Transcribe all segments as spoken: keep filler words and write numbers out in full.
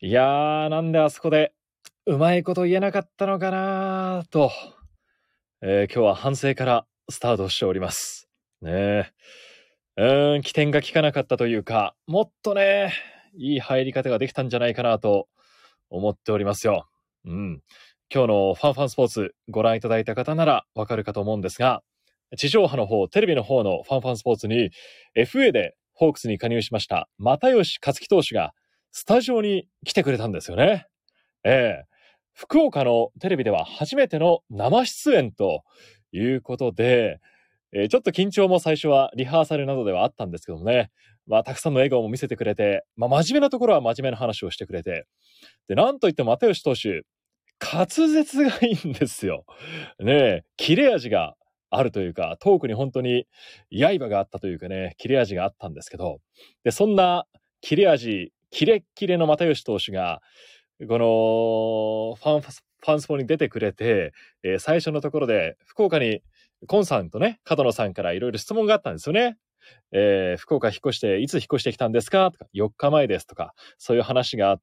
いやー、なんであそこでうまいこと言えなかったのかなと、えー今日は反省からスタートしております。ねえ。うーん、起点が効かなかったというか、もっとね、いい入り方ができたんじゃないかなと思っておりますよ。うん。今日のファンファンスポーツご覧いただいた方ならわかるかと思うんですが、地上波の方、テレビの方のファンファンスポーツに エフエー でホークスに加入しました又吉克樹投手がスタジオに来てくれたんですよね。ええ。福岡のテレビでは初めての生出演ということで、えーちょっと緊張も最初はリハーサルなどではあったんですけどもね、まあ、たくさんの笑顔も見せてくれて、まあ、真面目なところは真面目な話をしてくれて、で、なんといっても又吉投手、滑舌がいいんですよ。ねえ、切れ味があるというか、トークに本当に刃があったというかね、切れ味があったんですけど、で、そんな切れ味、キレッキレの又吉投手が、このファンファンスポに出てくれて、えー最初のところで福岡にコンさんとね、角野さんからいろいろ質問があったんですよね。えー福岡引っ越していつ引っ越してきたんですかとか、よっかまえですとか、そういう話があって、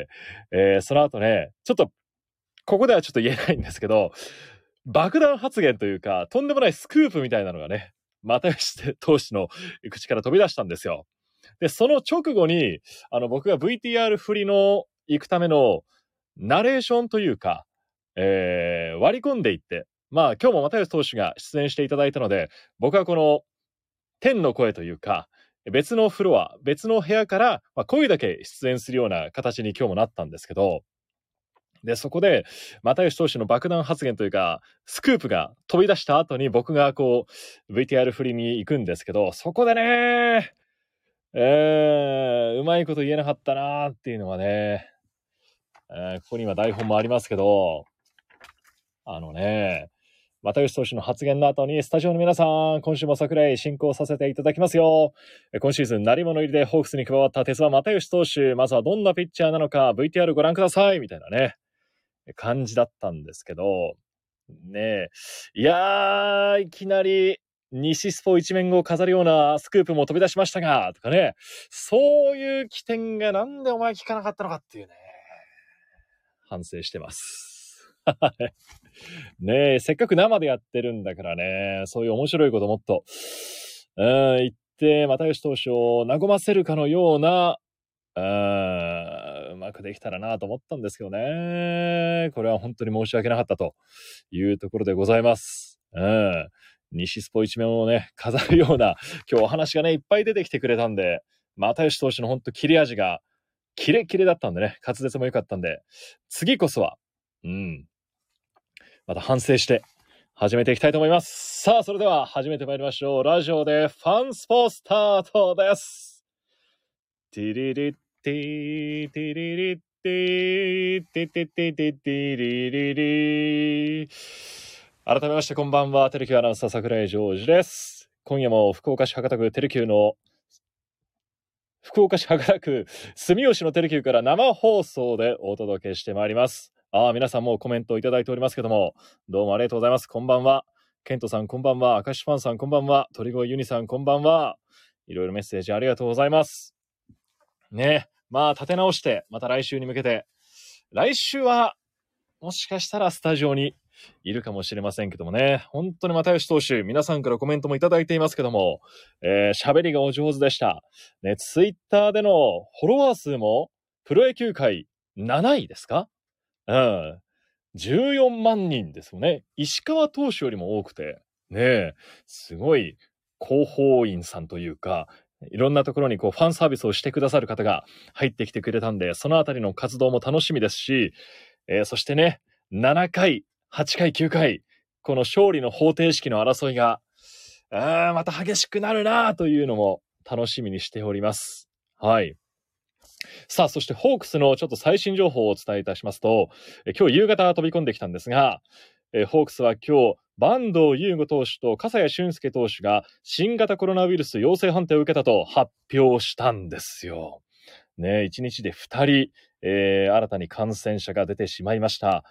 えーその後ね、ちょっとここではちょっと言えないんですけど、爆弾発言というか、とんでもないスクープみたいなのがね、又吉投手の口から飛び出したんですよ。で、その直後に、あの、僕が ブイティーアール 振りの行くためのナレーションというか、えー割り込んでいって、まあ今日も又吉投手が出演していただいたので、僕はこの天の声というか、別のフロア、別の部屋から、まあ、声だけ出演するような形に今日もなったんですけど、で、そこで、又吉投手の爆弾発言というか、スクープが飛び出した後に僕がこう、ブイティーアール 振りに行くんですけど、そこでね、えー、うまいこと言えなかったなーっていうのはね、えーここに今台本もありますけど、あのね、又吉投手の発言の後に、スタジオの皆さん、今週も桜井進行させていただきますよ。え今シーズン、鳴り物入りでホークスに加わった鉄は又吉投手、まずはどんなピッチャーなのか、ブイティーアール ご覧ください、みたいなね、感じだったんですけど、ねえ、いやー、いきなり、西スポ一面を飾るようなスクープも飛び出しましたが、とかね、そういう起点がなんでお前聞かなかったのかっていうね、反省してます。ねえ、せっかく生でやってるんだからね、そういう面白いこともっと、うん、言って、又吉投手を和ませるかのような、うん、うまくできたらなと思ったんですけどね。これは本当に申し訳なかったというところでございます。うん。西スポ一面をね、飾るような、今日お話がね、いっぱい出てきてくれたんで、又吉投手の本当切れ味が、キレキレだったんでね、滑舌も良かったんで、次こそは、うん、また反省して、始めていきたいと思います。さあ、それでは始めてまいりましょう。ラジオでファンスポスタートです。ティリリッティティリリッティティティティティティリリリ改めましてこんばんは、テレキューアナウンサー桜井ジョージです。今夜も福岡市博多区テレキューの福岡市博多区住吉のテレキューから生放送でお届けしてまいります。ああ、皆さんもコメントをいただいておりますけども、どうもありがとうございます。こんばんは。ケントさんこんばんは。明石ファンさんこんばんは。鳥越ユニさんこんばんは。いろいろメッセージありがとうございます。ね、まあ立て直してまた来週に向けて、来週はもしかしたらスタジオにいるかもしれませんけどもね、本当に又吉投手、皆さんからコメントもいただいていますけども、えー、喋りがお上手でした。ね、ツイッターでのフォロワー数もプロ野球界なないですか？うん。じゅうよんまんにんですよね。石川投手よりも多くて、ねえ、すごい広報員さんというか、いろんなところにこうファンサービスをしてくださる方が入ってきてくれたんで、そのあたりの活動も楽しみですし、えーそしてね、ななかい、はちかい、きゅうかい、この勝利の方程式の争いが、あーまた激しくなるなというのも楽しみにしております。はい。さあ、そしてホークスのちょっと最新情報をお伝えいたしますと、え今日夕方飛び込んできたんですが、えホークスは今日、坂東雄吾投手と笠谷俊介投手が新型コロナウイルス陽性判定を受けたと発表したんですよ。ね、いちにちでふたり、えー新たに感染者が出てしまいました。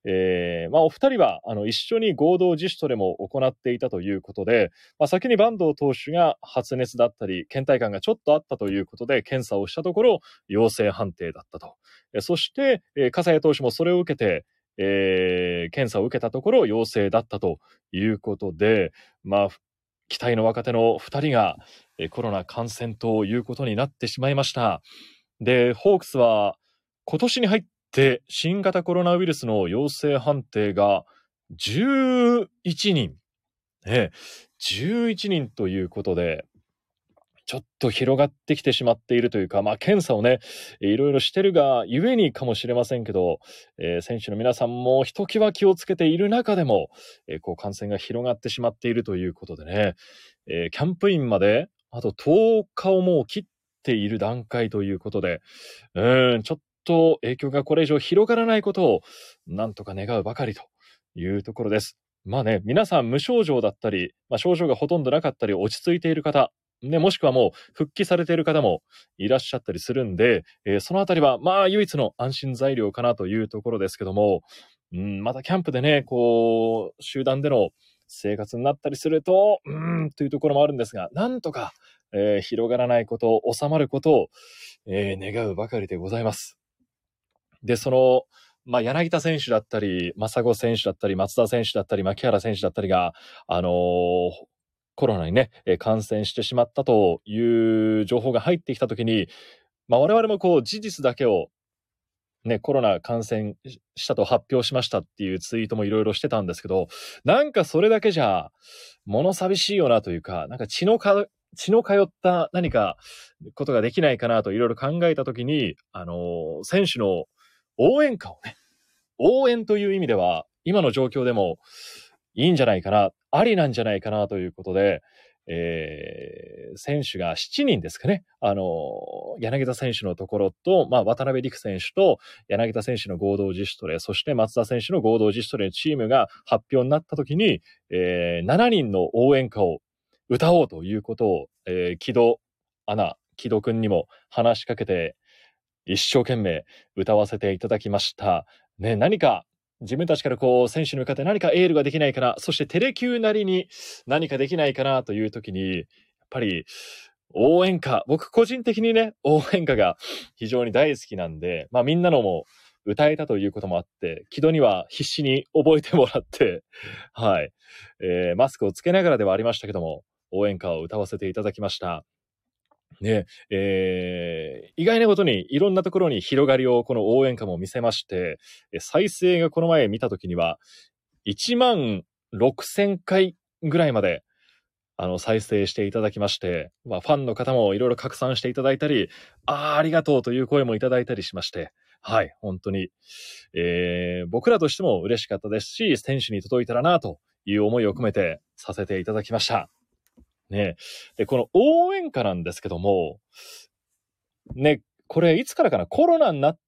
えー、まあお二人はあの一緒に合同自主トレも行っていたということで、まあ、先に坂東投手が発熱だったり倦怠感がちょっとあったということで検査をしたところ陽性判定だったと。えそして、えー、笠谷投手もそれを受けて、えー、検査を受けたところ陽性だったということで、まあ期待の若手のふたりがコロナ感染ということになってしまいました。で、ホークスは今年に入って新型コロナウイルスの陽性判定がじゅういちにん、ね、じゅういちにんということで、ちょっと広がってきてしまっているというか、まあ、検査をね、いろいろしてるがゆえにかもしれませんけど、えー、選手の皆さんもひときわ気をつけている中でも、えー、こう感染が広がってしまっているということでね、えー、キャンプインまであととおかをもう切っている段階ということで、うーん、ちょっと影響がこれ以上広がらないことをなんとか願うばかりというところです。まあね、皆さん無症状だったり、まあ、症状がほとんどなかったり落ち着いている方、ね、もしくはもう復帰されている方もいらっしゃったりするんで、えー、そのあたりはまあ唯一の安心材料かなというところですけども、うん、またキャンプでね、こう、集団での生活になったりすると、うーん、というところもあるんですが、なんとか、えー、広がらないこと、収まることを、えー、願うばかりでございます。で、その、まあ、柳田選手だったり、真砂選手だったり、松田選手だったり、牧原選手だったりが、あのー、コロナにね、感染してしまったという情報が入ってきたときに、まあ、我々もこう事実だけをね、コロナ感染したと発表しましたっていうツイートもいろいろしてたんですけど、なんかそれだけじゃ物寂しいよなというか、なんか血のか血の通った何かことができないかなといろいろ考えたときに、あのー、選手の応援歌をね、応援という意味では今の状況でもいいんじゃないかな、ありなんじゃないかなということで、えー、選手がしちにんですかね。あの、柳田選手のところと、まあ、渡辺陸選手と柳田選手の合同自主トレ、そして松田選手の合同自主トレチームが発表になったときに、えー、しちにんの応援歌を歌おうということを、えー、木戸アナ、木戸くんにも話しかけて、一生懸命歌わせていただきました。ね、何か自分たちからこう選手に向かって何かエールができないかな、そしてテレキューなりに何かできないかなという時に、やっぱり応援歌、僕個人的にね、応援歌が非常に大好きなんで、まあみんなのも歌えたということもあって、木戸には必死に覚えてもらって、はい、えー、マスクをつけながらではありましたけども、応援歌を歌わせていただきました。ね、えー、意外なことにいろんなところに広がりをこの応援歌も見せまして、再生がこの前見たときにはいちまんろくせんかいぐらいまであの再生していただきまして、まあ、ファンの方もいろいろ拡散していただいたり、あーありがとうという声もいただいたりしまして、はい、本当に、えー、僕らとしても嬉しかったですし、選手に届いたらなという思いを込めてさせていただきました。ね、でこの応援歌なんですけども、ね、これいつからかな、コロナになった、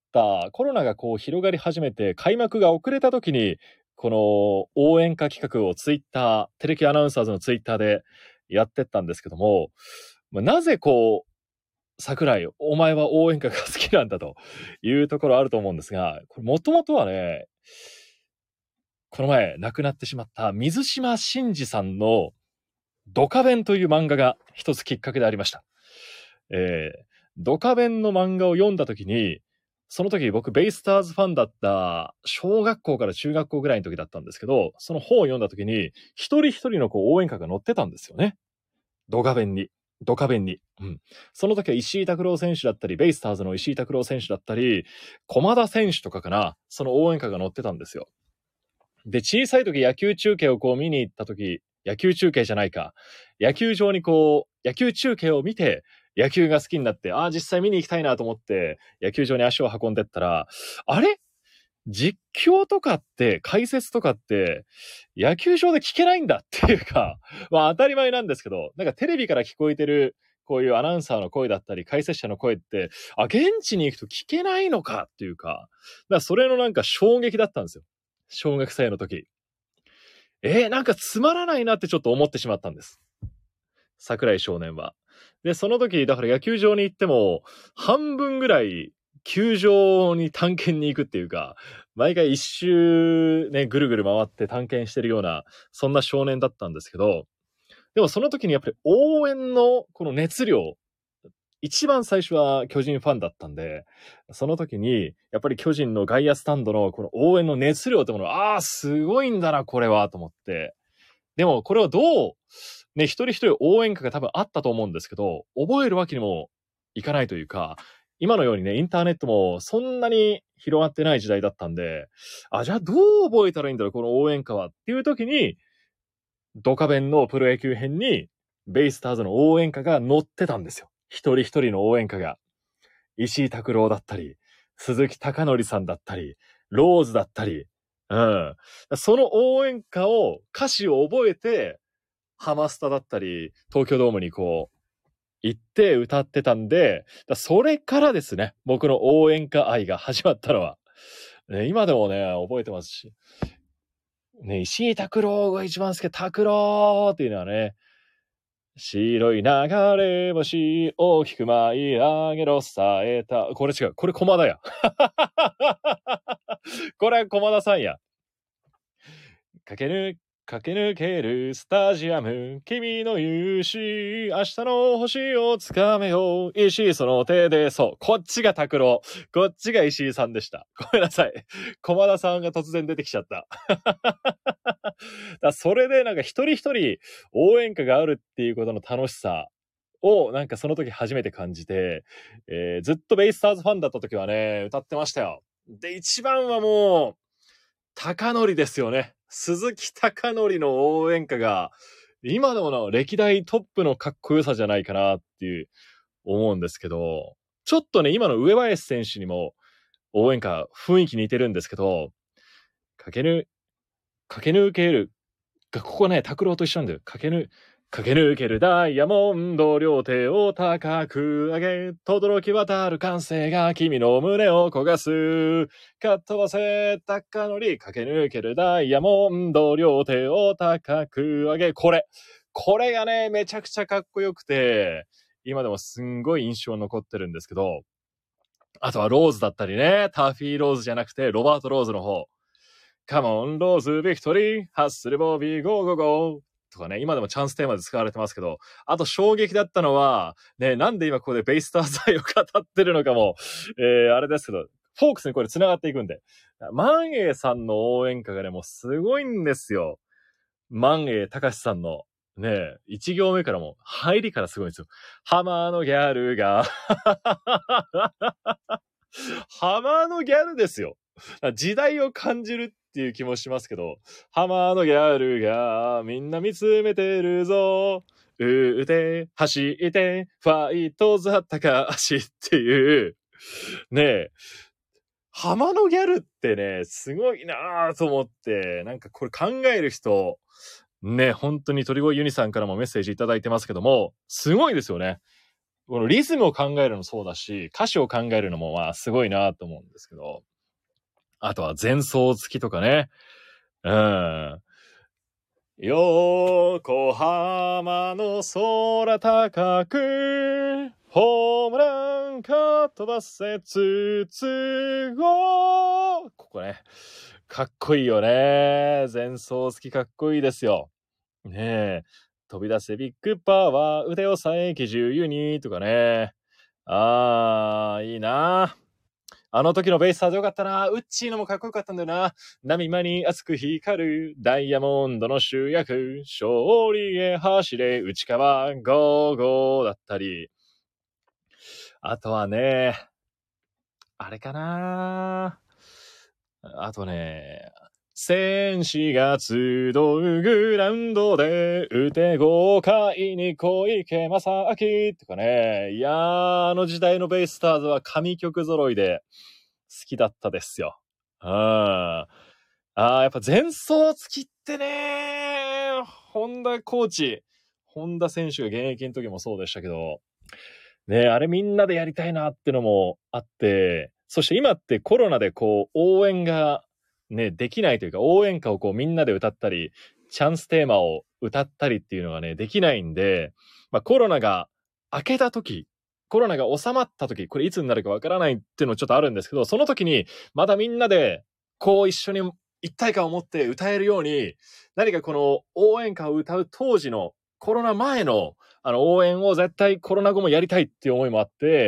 コロナがこう広がり始めて開幕が遅れた時に、この応援歌企画をツイッター、テレキアナウンサーズのツイッターでやってったんですけども、なぜこう、桜井、お前は応援歌が好きなんだというところあると思うんですが、もともとはね、この前亡くなってしまった水島新司さんのドカベンという漫画が一つきっかけでありました。えー、ドカベンの漫画を読んだ時に、その時僕ベイスターズファンだった小学校から中学校ぐらいの時だったんですけど、その本を読んだ時に一人一人のこう応援歌が載ってたんですよね。ドカベンに。ドカベンに。うん。その時は石井拓郎選手だったり、ベイスターズの石井拓郎選手だったり、駒田選手とかかな、その応援歌が載ってたんですよ。で、小さい時野球中継をこう見に行った時、野球中継じゃないか。野球場にこう、野球中継を見て、野球が好きになって、ああ、実際見に行きたいなと思って、野球場に足を運んでったら、あれ実況とかって、解説とかって、野球場で聞けないんだっていうか、まあ当たり前なんですけど、なんかテレビから聞こえてる、こういうアナウンサーの声だったり、解説者の声って、あ、現地に行くと聞けないのかっていうか、だからそれのなんか衝撃だったんですよ。小学生の時。えー、なんかつまらないなってちょっと思ってしまったんです。桜井少年は。で、その時、だから野球場に行っても、半分ぐらい球場に探検に行くっていうか、毎回一周ね、ぐるぐる回って探検してるような、そんな少年だったんですけど、でもその時にやっぱり応援のこの熱量、一番最初は巨人ファンだったんで、その時にやっぱり巨人の外野スタンドのこの応援の熱量ってものは、ああ、すごいんだな、これは、と思って。でもこれをどう、ね、一人一人応援歌が多分あったと思うんですけど、覚えるわけにもいかないというか、今のようにね、インターネットもそんなに広がってない時代だったんで、あ、じゃあどう覚えたらいいんだろう、この応援歌はっていう時に、ドカベンのプロ野球編に、ベイスターズの応援歌が載ってたんですよ。一人一人の応援歌が。石井拓郎だったり、鈴木貴則さんだったり、ローズだったり、うん。その応援歌を、歌詞を覚えて、ハマスタだったり、東京ドームにこう、行って歌ってたんで、それからですね、僕の応援歌愛が始まったのは。ね、今でもね、覚えてますし。ね、石井拓郎が一番好き、拓郎っていうのはね、白い流れ星大きく舞い上げろさえた。これ違う。これ駒田や。これ駒田さんや。駆け抜駆け抜けるスタジアム、君の勇姿、明日の星をつかめよう、石井その手で、そう、こっちが拓郎、こっちが石井さんでした。ごめんなさい。駒田さんが突然出てきちゃった。だそれでなんか一人一人応援歌があるっていうことの楽しさをなんかその時初めて感じて、えー、ずっとベイスターズファンだった時はね、歌ってましたよ。で、一番はもう、貴則ですよね。鈴木貴則の応援歌が、今でもな、歴代トップのかっこよさじゃないかなっていう思うんですけど、ちょっとね、今の上林選手にも応援歌雰囲気似てるんですけど、駆け抜、駆け抜ける、ここね、拓郎と一緒なんだよ。駆け抜、駆け抜けるダイヤモンド、両手を高く上げ、轟き渡る歓声が君の胸を焦がす。かっ飛ばせ、高乗り、駆け抜けるダイヤモンド、両手を高く上げ。これ。これがね、めちゃくちゃかっこよくて、今でもすんごい印象に残ってるんですけど、あとはローズだったりね、ターフィーローズじゃなくて、ロバートローズの方。カモン、ローズ、ビクトリー、ハッスル、ボビー、ゴーゴーゴー。とかね、今でもチャンステーマで使われてますけど、あと衝撃だったのは、ね、なんで今ここでベイスターズ愛を語ってるのかも、えー、あれですけど、フォークスにこれ繋がっていくんで。万栄さんの応援歌がね、もうすごいんですよ。万栄隆さんの。ね、一行目からも、入りからすごいんですよ。ハマーのギャルが、ハマーのギャルですよ。時代を感じるっていう気もしますけど、ハマーのギャルがみんな見つめてるぞ。打って、走って、ファイトザ高橋っていう、ねえ、ハマのギャルってね、すごいなぁと思って、なんかこれ考える人、ね、本当に鳥越ユニさんからもメッセージいただいてますけども、すごいですよね。このリズムを考えるのもそうだし、歌詞を考えるのもまあすごいなと思うんですけど、あとは前奏付きとかね。うん。横浜の空高く、ホームランか飛ばせつつご。ここね。かっこいいよね。前奏付きかっこいいですよ。ねえ。飛び出せビッグパワー、腕を佐伯重油にとかね。あー、いいな。あの時のベイスターズよかったな。ウッチーのもかっこよかったんだよな。波間に熱く光るダイヤモンドの主役。勝利へ走れ内川ゴーゴーだったり。あとはね、あれかな。あとね、戦士が集うグラウンドで、打て豪快に小池正明とかね。いやー、あの時代のベイスターズは神曲揃いで好きだったですよ。うん。あー、やっぱ前奏付きってね、本田コーチ、本田選手が現役の時もそうでしたけど、ね、あれみんなでやりたいなってのもあって、そして今ってコロナでこう応援がね、できないというか、応援歌をこうみんなで歌ったり、チャンステーマを歌ったりっていうのがね、できないんで、まあコロナが明けた時コロナが収まった時、これいつになるかわからないっていうのちょっとあるんですけど、その時にまたみんなでこう一緒に一体感を持って歌えるように、何かこの応援歌を歌う当時のコロナ前のあの応援を絶対コロナ後もやりたいっていう思いもあって、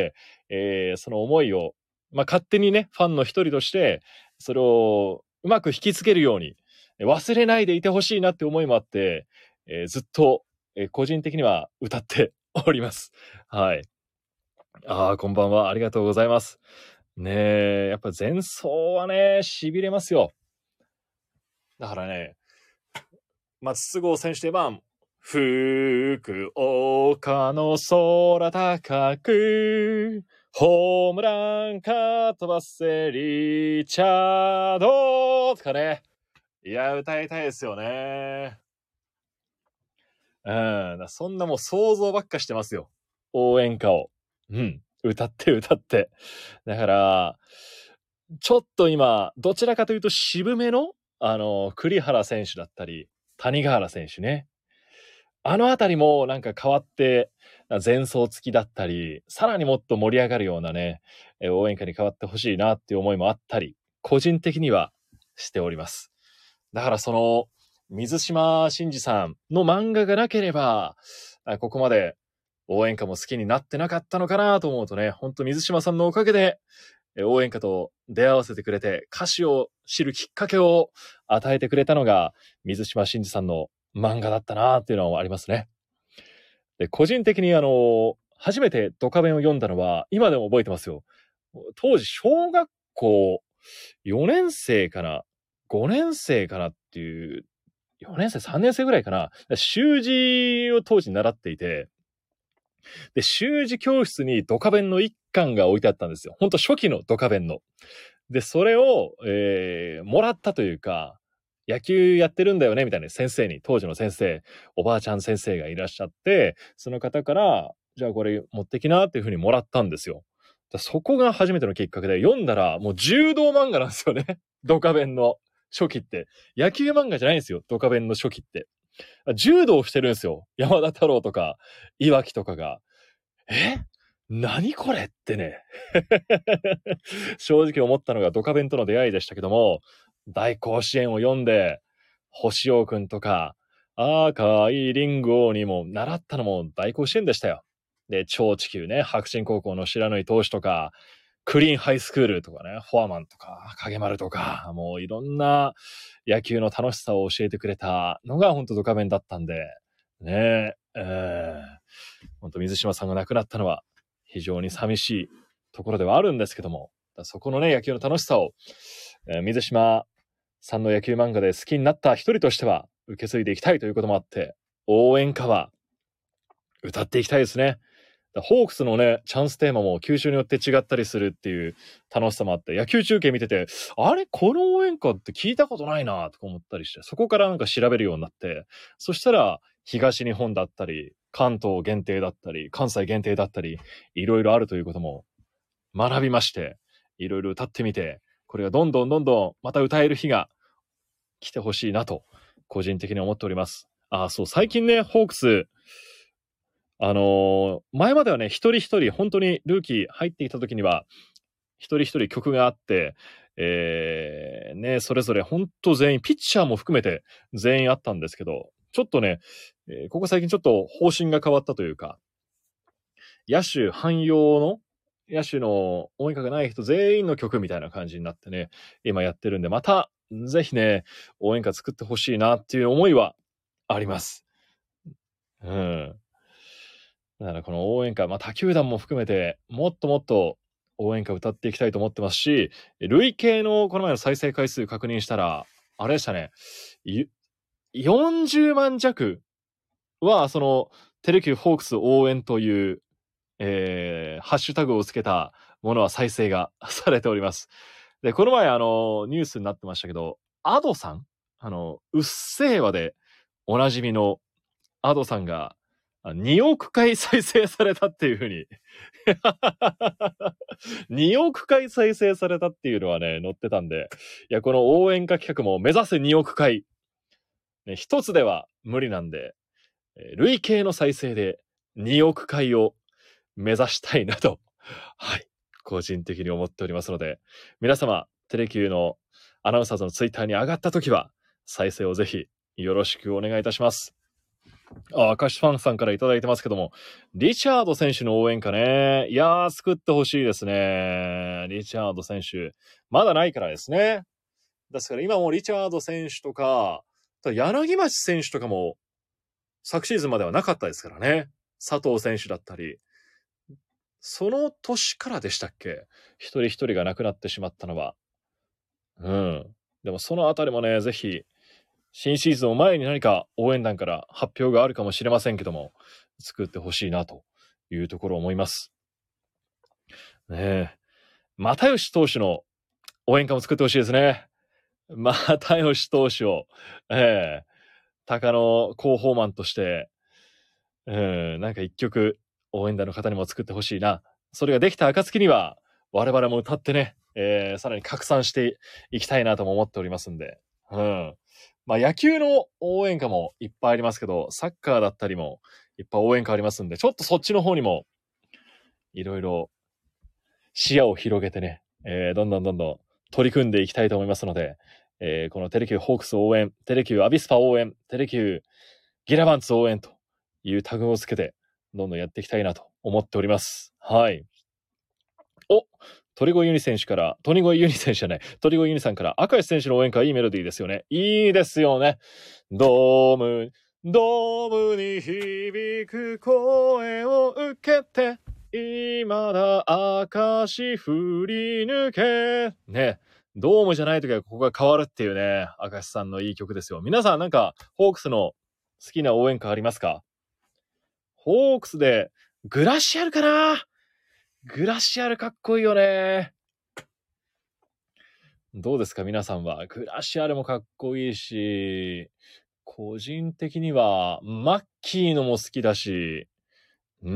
えー、その思いを、まあ、勝手にね、ファンの一人として、それをうまく引きつけるように、忘れないでいてほしいなって思いもあって、えー、ずっと、えー、個人的には歌っております。はい。ああ、こんばんは。ありがとうございます。ねえ、やっぱ前奏はね、痺れますよ。だからね、松津郷選手といえば、福岡の空高く、ホームランか飛ばせリチャードとかね。いや、歌いたいですよね。うん、そんなもう想像ばっかしてますよ。応援歌を。うん。歌って歌って。だから、ちょっと今、どちらかというと渋めの、あの、栗原選手だったり、谷川原選手ね。あのあたりもなんか変わって、前奏付きだったり、さらにもっと盛り上がるようなね、応援歌に変わってほしいなっていう思いもあったり、個人的にはしております。だからその、水島新司さんの漫画がなければ、ここまで応援歌も好きになってなかったのかなと思うとね、ほんと水島さんのおかげで、応援歌と出会わせてくれて、歌詞を知るきっかけを与えてくれたのが、水島新司さんの漫画だったなっていうのはありますね。で、個人的にあの、初めてドカベンを読んだのは、今でも覚えてますよ。当時、小学校よねん生かな、ごねん生かなっていう、よねん生、さんねん生ぐらいかな。習字を当時習っていて、で、習字教室にドカベンの一巻が置いてあったんですよ。ほんと初期のドカベンの。で、それを、えー、もらったというか、野球やってるんだよねみたいな先生に、当時の先生、おばあちゃん先生がいらっしゃって、その方から、じゃあこれ持ってきなっていう風にもらったんですよ。そこが初めてのきっかけで、読んだらもう柔道漫画なんですよね。ドカベンの初期って。野球漫画じゃないんですよ。ドカベンの初期って。柔道してるんですよ。山田太郎とか、岩木とかが。え何これってね。正直思ったのがドカベンとの出会いでしたけども、大甲子園を読んで、星王くんとか、赤いリンゴにも習ったのも大甲子園でしたよ。で、超地球ね、白鎮高校の白縫投手とか、クリーンハイスクールとかね、フォアマンとか、影丸とか、もういろんな野球の楽しさを教えてくれたのが本当ドカベンだったんで、ねえ、えー、本当水島さんが亡くなったのは非常に寂しいところではあるんですけども、そこのね、野球の楽しさを、えー、水島さんの野球漫画で好きになった一人としては受け継いでいきたいということもあって、応援歌は歌っていきたいですね。ホークスのね、チャンステーマも球種によって違ったりするっていう楽しさもあって、野球中継見てて、あれこの応援歌って聞いたことないなとか思ったりして、そこからなんか調べるようになって、そしたら東日本だったり、関東限定だったり、関西限定だったり、いろいろあるということも学びまして、いろいろ歌ってみて、これがどんどんどんどんまた歌える日が来てほしいなと、個人的に思っております。あ、そう、最近ね、ホークス、あのー、前まではね、一人一人、本当にルーキー入ってきた時には、一人一人曲があって、えー、ね、それぞれ本当全員、ピッチャーも含めて全員あったんですけど、ちょっとね、えー、ここ最近ちょっと方針が変わったというか、野手汎用の、野手の応援歌がない人全員の曲みたいな感じになってね、今やってるんで、また、ぜひね、応援歌作ってほしいなっていう思いはあります。うん。だからこの応援歌、まあ他球団も含めて、もっともっと応援歌歌っていきたいと思ってますし、累計のこの前の再生回数確認したら、あれでしたね、よんじゅうまん弱は、その、テレキューホークス応援という、えー、ハッシュタグをつけたものは再生がされております。で、この前あの、ニュースになってましたけど、アドさんあの、うっせぇわでおなじみのアドさんが、におくかい再生されたっていう風ににおくかい再生されたっていうのはね、載ってたんで、いや、この応援歌企画も目指せにおくかい。ね、一つでは無理なんで、えー累計の再生でにおくかいを目指したいなと、はい、個人的に思っておりますので、皆様、テレキューのアナウンサーズのツイッターに上がったときは、再生をぜひよろしくお願いいたします。あ、明石ファンさんからいただいてますけども、リチャード選手の応援歌ね。いやー、作ってほしいですね。リチャード選手。まだないからですね。ですから今もリチャード選手とか、柳町選手とかも昨シーズンまではなかったですからね。佐藤選手だったり。その年からでしたっけ？一人一人が亡くなってしまったのは。うん。でもそのあたりもね、ぜひ、新シーズンを前に何か応援団から発表があるかもしれませんけども、作ってほしいなというところを思います。ねえ。又吉投手の応援歌も作ってほしいですね。又吉投手を、ええ、鷹の広報マンとして、うん、なんか一曲応援団の方にも作ってほしいな。それができた暁には、我々も歌ってね、えー、さらに拡散していきたいなとも思っておりますんで。うん。まあ野球の応援歌もいっぱいありますけど、サッカーだったりもいっぱい応援歌ありますんで、ちょっとそっちの方にも、いろいろ視野を広げてね、えー、どんどんどんどん取り組んでいきたいと思いますので、えー、このテレキューホークス応援、テレキューアビスパ応援、テレキューギラバンツ応援というタグをつけて、どんどんやっていきたいなと思っております。はい。お、鳥越ユニ選手から、鳥越ユニ選手じゃない、鳥越ユニさんから、明石選手の応援歌いいメロディーですよね。いいですよね。ドーム、ドームに響く声を受けて、今だ明石振り抜け。ね。ドームじゃないときはここが変わるっていうね、明石さんのいい曲ですよ。皆さんなんか、ホークスの好きな応援歌ありますか？ホークスで、グラシアルかな？グラシアルかっこいいよね。どうですか皆さんは。グラシアルもかっこいいし、個人的には、マッキーのも好きだし、うん。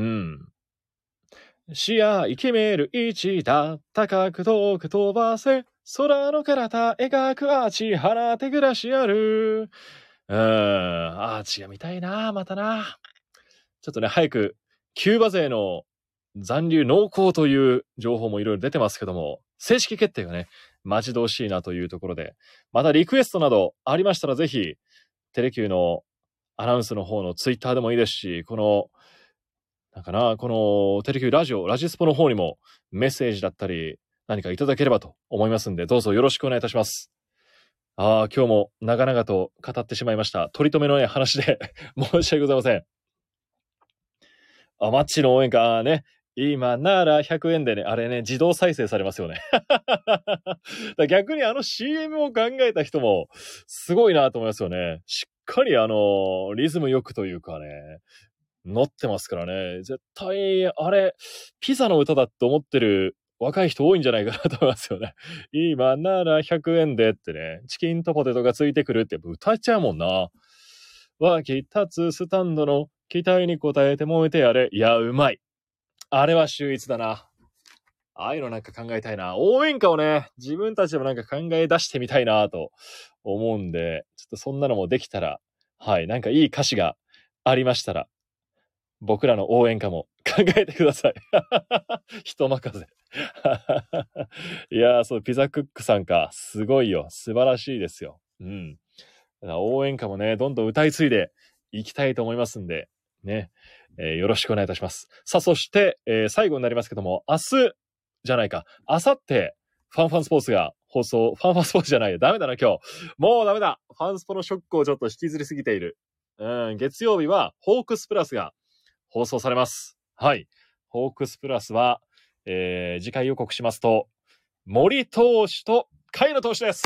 視野生きめる位置だ、高く遠く飛ばせ、空の彼方描くアーチ、放てグラシアル。うん、アーチが見たいな、またな。ちょっとね、早く、キューバ勢の残留濃厚という情報もいろいろ出てますけども、正式決定がね、待ち遠しいなというところで、またリクエストなどありましたらぜひ、テレキューのアナウンスの方のツイッターでもいいですし、この、なんかな、このテレキューラジオ、ラジスポの方にもメッセージだったり、何かいただければと思いますんで、どうぞよろしくお願いいたします。ああ、今日も長々と語ってしまいました。取り留めのない話で申し訳ございません。あ、マッチの応援歌ね。今ならひゃくえんでね、あれね、自動再生されますよね。だ逆にあの シーエム を考えた人もすごいなと思いますよね。しっかりあの、リズムよくというかね、乗ってますからね。絶対、あれ、ピザの歌だって思ってる若い人多いんじゃないかなと思いますよね。今ならひゃくえんでってね、チキンとポテトがついてくるって歌っちゃうもんな。湧き立つスタンドの期待に応えて燃えてやれ。いや、うまい。あれは秀逸だな。ああいうのなんか考えたいな。応援歌をね、自分たちでもなんか考え出してみたいなと思うんで、ちょっとそんなのもできたら、はい、なんかいい歌詞がありましたら、僕らの応援歌も考えてください。人任せ。いやー、そう、ピザクックさんか。すごいよ。素晴らしいですよ。うん。応援歌もね、どんどん歌い継いでいきたいと思いますんで、ね、えー、よろしくお願いいたします。さあ、そして、えー、最後になりますけども、明日じゃないか、明後日、ファンファンスポーツが放送、ファンファンスポーツじゃないよ。ダメだな、今日。もうダメだ。ファンスポのショックをちょっと引きずりすぎている。うん、月曜日は、ホークスプラスが放送されます。はい。ホークスプラスは、えー、次回予告しますと、森投手と甲斐野投手です。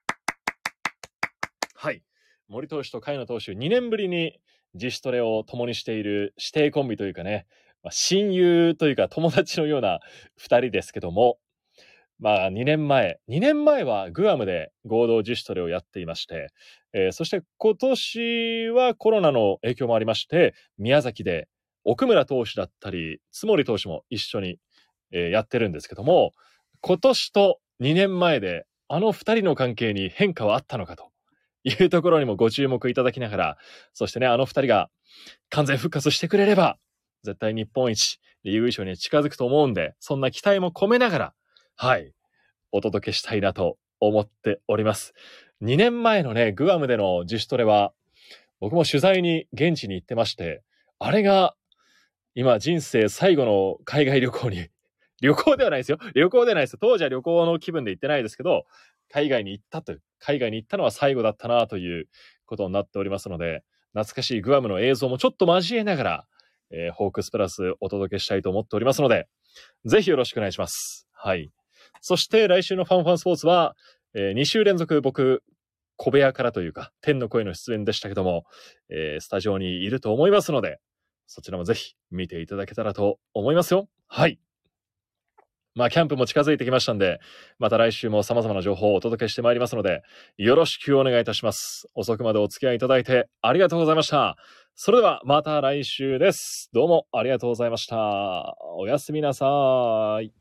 はい。森投手と甲斐野投手、にねんぶりに自主トレを共にしている師弟コンビというかね、まあ、親友というか友達のようなふたりですけども、まあにねんまえ、にねんまえはグアムで合同自主トレをやっていまして、えー、そして今年はコロナの影響もありまして、宮崎で奥村投手だったり、津森投手も一緒に、えー、やってるんですけども、今年とにねんまえであのふたりの関係に変化はあったのかというところにもご注目いただきながら、そしてね、あのふたりが完全復活してくれれば、 絶対日本一、リーグ優勝に近づくと思うんで、そんな期待も込めながら、はい、お届けしたいなと思っております。にねんまえのね、グアムでの自主トレは、僕も取材に現地に行ってまして、あれが今人生最後の海外旅行に、旅行ではないですよ。旅行ではないですよ。当時は旅行の気分で行ってないですけど、海外に行ったという、海外に行ったのは最後だったなということになっておりますので、懐かしいグアムの映像もちょっと交えながら、えーホークスプラスお届けしたいと思っておりますので、ぜひよろしくお願いします。はい。そして来週のファンファンスポーツは、えーに週連続僕、小部屋からというか、天の声の出演でしたけども、えースタジオにいると思いますので、そちらもぜひ見ていただけたらと思いますよ。はい。まあ、キャンプも近づいてきましたんで、また来週も様々な情報をお届けしてまいりますので、よろしくお願いいたします。遅くまでお付き合いいただいてありがとうございました。それではまた来週です。どうもありがとうございました。おやすみなさい。